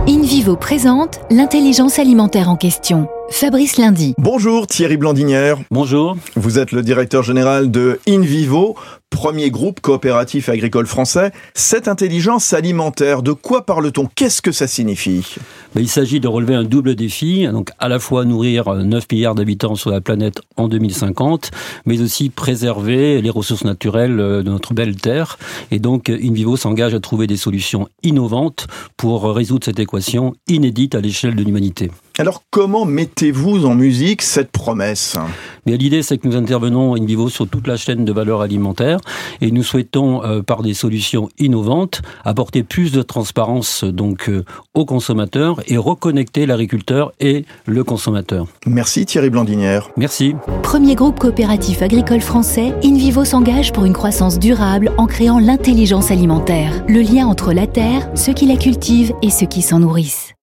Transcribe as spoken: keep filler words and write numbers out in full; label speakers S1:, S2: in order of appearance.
S1: InVivo présente l'intelligence alimentaire en question. Fabrice Lundy.
S2: Bonjour Thierry Blandinière.
S3: Bonjour.
S2: Vous êtes le directeur général de InVivo, premier groupe coopératif agricole français. Cette intelligence alimentaire, de quoi parle-t-on ? Qu'est-ce que ça signifie ?
S3: Ben, il s'agit de relever un double défi, donc à la fois nourrir neuf milliards d'habitants sur la planète en deux mille cinquante, mais aussi préserver les ressources naturelles de notre belle terre. Et donc InVivo s'engage à trouver des solutions innovantes pour résoudre cette équation inédite à l'échelle de l'humanité.
S2: Alors comment mettez-vous en musique cette promesse ?
S3: Mais l'idée, c'est que nous intervenons InVivo sur toute la chaîne de valeur alimentaire et nous souhaitons, euh, par des solutions innovantes, apporter plus de transparence donc euh, aux consommateurs et reconnecter l'agriculteur et le consommateur.
S2: Merci Thierry Blandinière.
S3: Merci.
S1: Premier groupe coopératif agricole français, InVivo s'engage pour une croissance durable en créant l'intelligence alimentaire. Le lien entre la terre, ceux qui la cultivent et ceux qui s'en nourrissent.